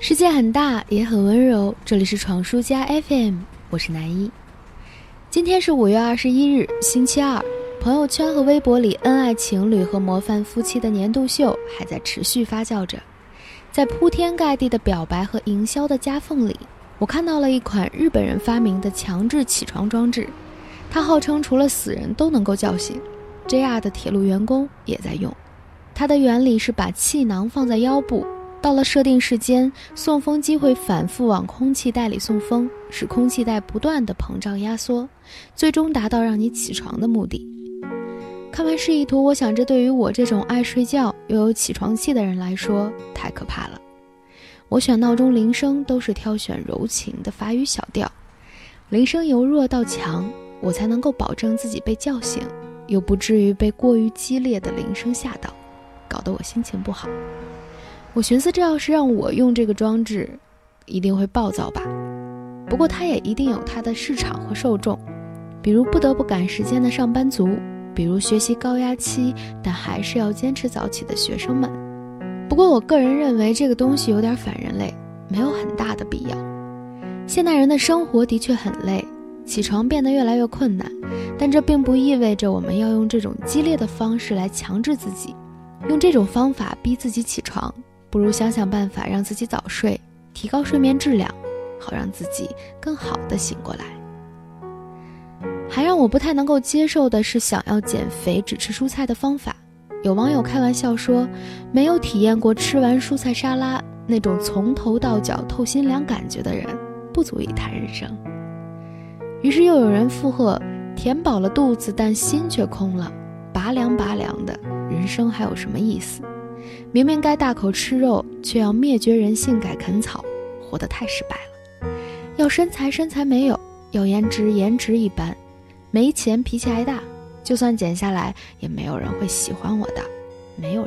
世界很大，也很温柔。这里是闯书家 FM， 我是南一。今天是5月21日，星期二。朋友圈和微博里恩爱情侣和模范夫妻的年度秀还在持续发酵着。在铺天盖地的表白和营销的夹缝里，我看到了一款日本人发明的强制起床装置。它号称除了死人都能够叫醒， JR 的铁路员工也在用。它的原理是把气囊放在腰部，到了设定时间，送风机会反复往空气袋里送风，使空气袋不断的膨胀压缩，最终达到让你起床的目的。看完示意图，我想这对于我这种爱睡觉又有起床气的人来说太可怕了。我选闹钟铃声都是挑选柔情的法语小调，铃声由弱到强，我才能够保证自己被叫醒，又不至于被过于激烈的铃声吓到，搞得我心情不好。我寻思这要是让我用这个装置，一定会暴躁吧。不过它也一定有它的市场和受众，比如不得不赶时间的上班族，比如学习高压期但还是要坚持早起的学生们。不过我个人认为这个东西有点反人类，没有很大的必要。现代人的生活的确很累，起床变得越来越困难，但这并不意味着我们要用这种激烈的方式来强制自己，用这种方法逼自己起床，不如想想办法让自己早睡，提高睡眠质量，好让自己更好地醒过来。还让我不太能够接受的是想要减肥只吃蔬菜的方法。有网友开玩笑说，没有体验过吃完蔬菜沙拉那种从头到脚透心凉感觉的人，不足以谈人生。于是又有人附和，填饱了肚子但心却空了，拔凉拔凉的，人生还有什么意思？明明该大口吃肉，却要灭绝人性改啃草，活得太失败了。要身材身材没有，要颜值颜值一般，没钱脾气还大，就算减下来也没有人会喜欢我的，没有人。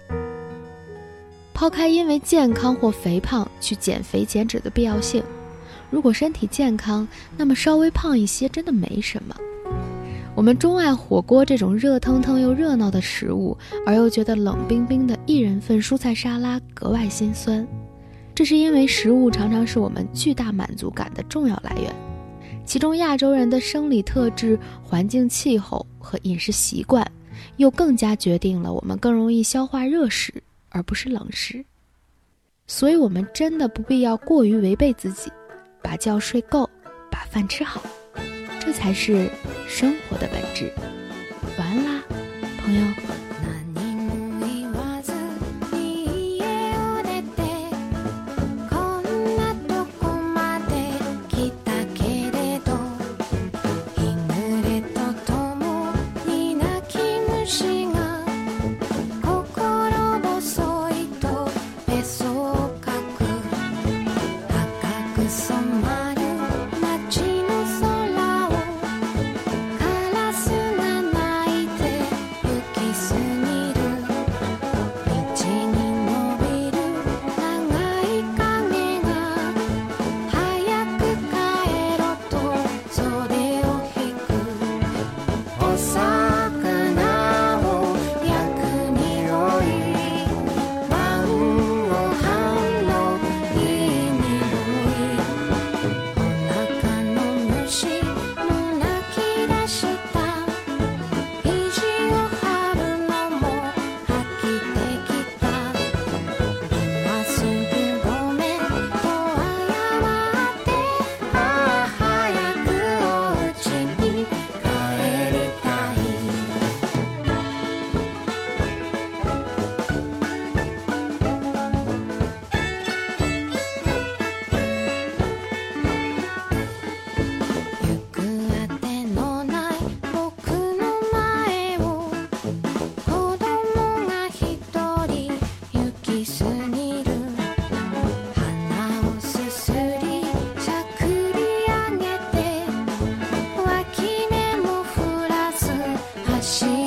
抛开因为健康或肥胖去减肥减脂的必要性，如果身体健康，那么稍微胖一些真的没什么。我们钟爱火锅这种热腾腾又热闹的食物，而又觉得冷冰冰的一人份蔬菜沙拉格外心酸。这是因为食物常常是我们巨大满足感的重要来源，其中亚洲人的生理特质、环境气候和饮食习惯，又更加决定了我们更容易消化热食而不是冷食。所以我们真的不必要过于违背自己，把觉睡够，把饭吃好，这才是生活的本质。晚安啦，朋友。し